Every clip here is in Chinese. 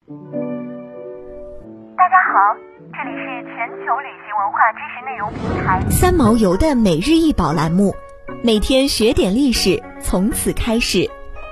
大家好，这里是全球旅行文化知识内容平台三毛游的每日一宝栏目，每天学点历史，从此开始。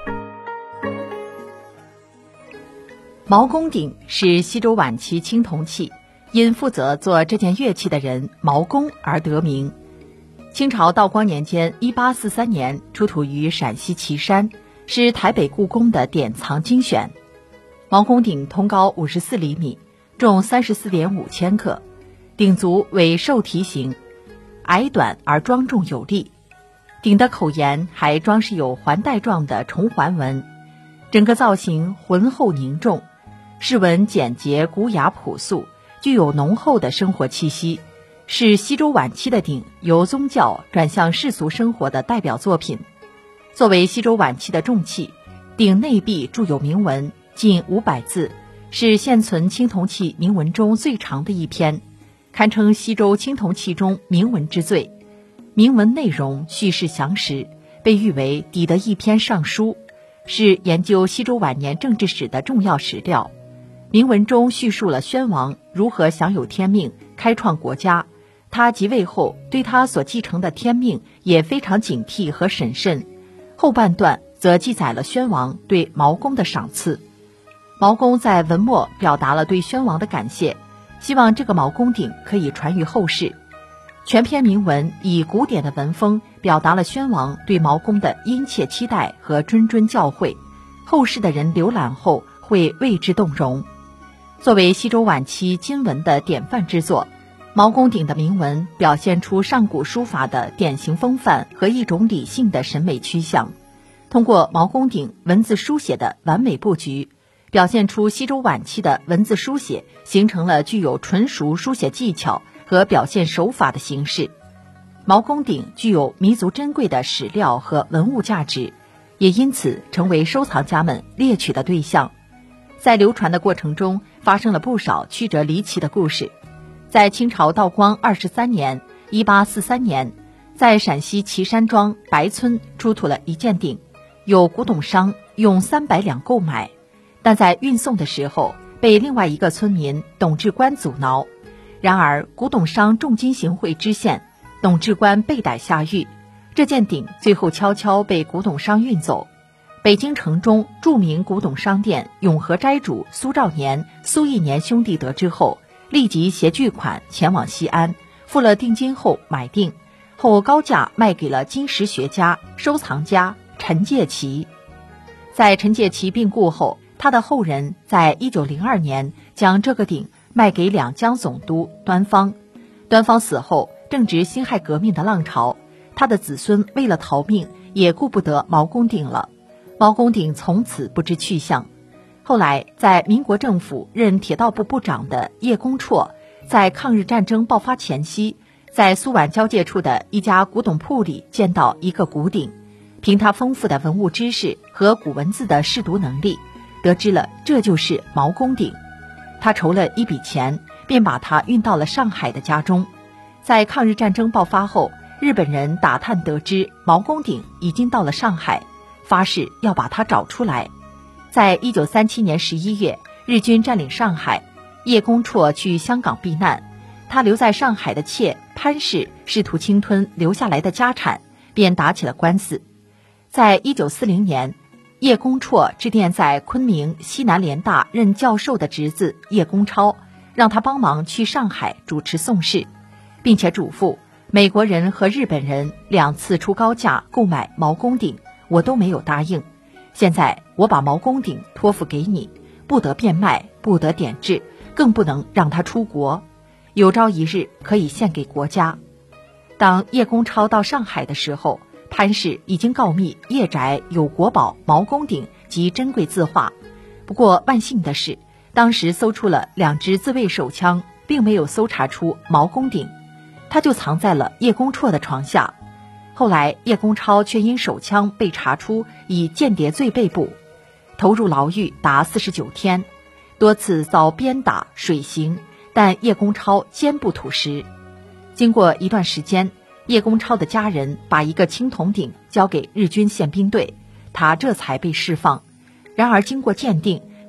毛公鼎是西周晚期青铜器，因负责做这件乐器的人毛公而得名。清朝道光年间1843年出土于陕西岐山，是台北故宫的典藏精选。毛公鼎通高54厘米，重34.5千克，鼎足为兽蹄形，矮短而庄重有力。鼎的口沿还装饰有环带状的重环纹，整个造型浑厚凝重，饰纹简洁古雅朴素，具有浓厚的生活气息，是西周晚期的鼎由宗教转向世俗生活的代表作品。作为西周晚期的重器，鼎内壁铸有铭文近500字，是现存青铜器铭文中最长的一篇，堪称西周青铜器中铭文之最。铭文内容叙事详实，被誉为底的一篇尚书，是研究西周晚年政治史的重要史料。铭文中叙述了宣王如何享有天命，开创国家。他即位后对他所继承的天命也非常警惕和审慎。后半段则记载了宣王对毛公的赏赐。毛公在文末表达了对宣王的感谢，希望这个毛公鼎可以传于后世。全篇铭文以古典的文风表达了宣王对毛公的殷切期待和谆谆教诲，后世的人浏览后会为之动容。作为西周晚期金文的典范之作，毛公鼎的铭文表现出上古书法的典型风范和一种理性的审美趋向。通过毛公鼎文字书写的完美布局，表现出西周晚期的文字书写形成了具有纯熟书写技巧和表现手法的形式。毛公鼎具有弥足珍贵的史料和文物价值，也因此成为收藏家们猎取的对象。在流传的过程中，发生了不少曲折离奇的故事。在清朝道光23年1843年，在陕西岐山庄白村出土了一件鼎，有古董商用300两购买，但在运送的时候被另外一个村民董志官阻挠。然而古董商重金行贿知县，董志官被逮下狱，这件鼎最后悄悄被古董商运走。北京城中著名古董商店永和斋主苏兆年、苏益年兄弟得知后，立即携巨款前往西安，付了定金后买定，后高价卖给了金石学家、收藏家陈介祺。在陈介祺病故后，他的后人在1902年将这个鼎卖给两江总督端方。端方死后，正值辛亥革命的浪潮，他的子孙为了逃命，也顾不得毛公鼎了。毛公鼎从此不知去向。后来在民国政府任铁道部部长的叶公绰，在抗日战争爆发前夕，在苏皖交界处的一家古董铺里见到一个古鼎，凭他丰富的文物知识和古文字的识读能力，得知了这就是毛公鼎。他筹了一笔钱，便把它运到了上海的家中。在抗日战争爆发后，日本人打探得知毛公鼎已经到了上海，发誓要把它找出来。在1937年11月，日军占领上海，叶公绰去香港避难，他留在上海的妾潘氏试图侵吞留下来的家产，便打起了官司。在1940年，叶公绰致电在昆明西南联大任教授的侄子叶公超，让他帮忙去上海主持送事，并且嘱咐美国人和日本人2次出高价购买毛公鼎，我都没有答应。现在我把毛公鼎托付给你，不得变卖，不得点制，更不能让他出国，有朝一日可以献给国家。当叶公超到上海的时候，潘氏已经告密叶宅有国宝毛公鼎及珍贵字画。不过万幸的是，当时搜出了2支自卫手枪，并没有搜查出毛公鼎，他就藏在了叶公绰的床下。后来叶公超却因手枪被查出以间谍罪被捕，投入牢狱达49天，多次遭鞭打水刑，但叶公超坚不吐实。经过一段时间，叶公超的家人把一个青铜鼎交给日军宪兵队，他这才被释放。然而经过鉴定，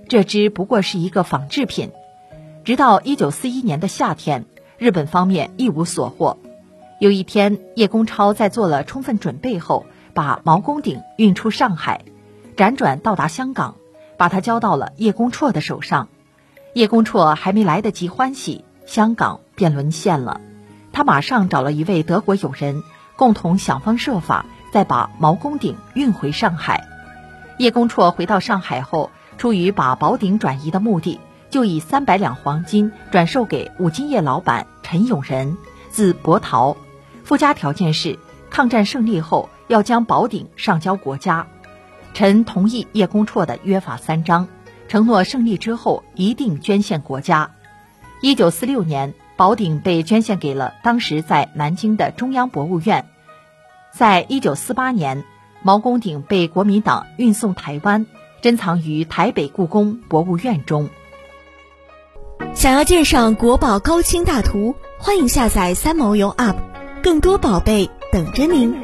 这只不过是一个仿制品。直到1941年的夏天，日本方面一无所获。有一天，叶公超在做了充分准备后，把毛公鼎运出上海，辗转到达香港，把它交到了叶公绰的手上。叶公绰还没来得及欢喜，香港便沦陷了。他马上找了一位德国友人，共同想方设法再把毛公鼎运回上海。叶公绰回到上海后，出于把宝鼎转移的目的，就以300两黄金转售给五金业老板陈永仁，字伯陶，附加条件是抗战胜利后要将宝鼎上交国家。陈同意叶公绰的约法3章，承诺胜利之后一定捐献国家。1946年，宝鼎被捐献给了当时在南京的中央博物院。在1948年，毛公鼎被国民党运送台湾，珍藏于台北故宫博物院中。 想要鉴赏国宝高清大图，欢迎下载三毛游 App， 更多宝贝等着您。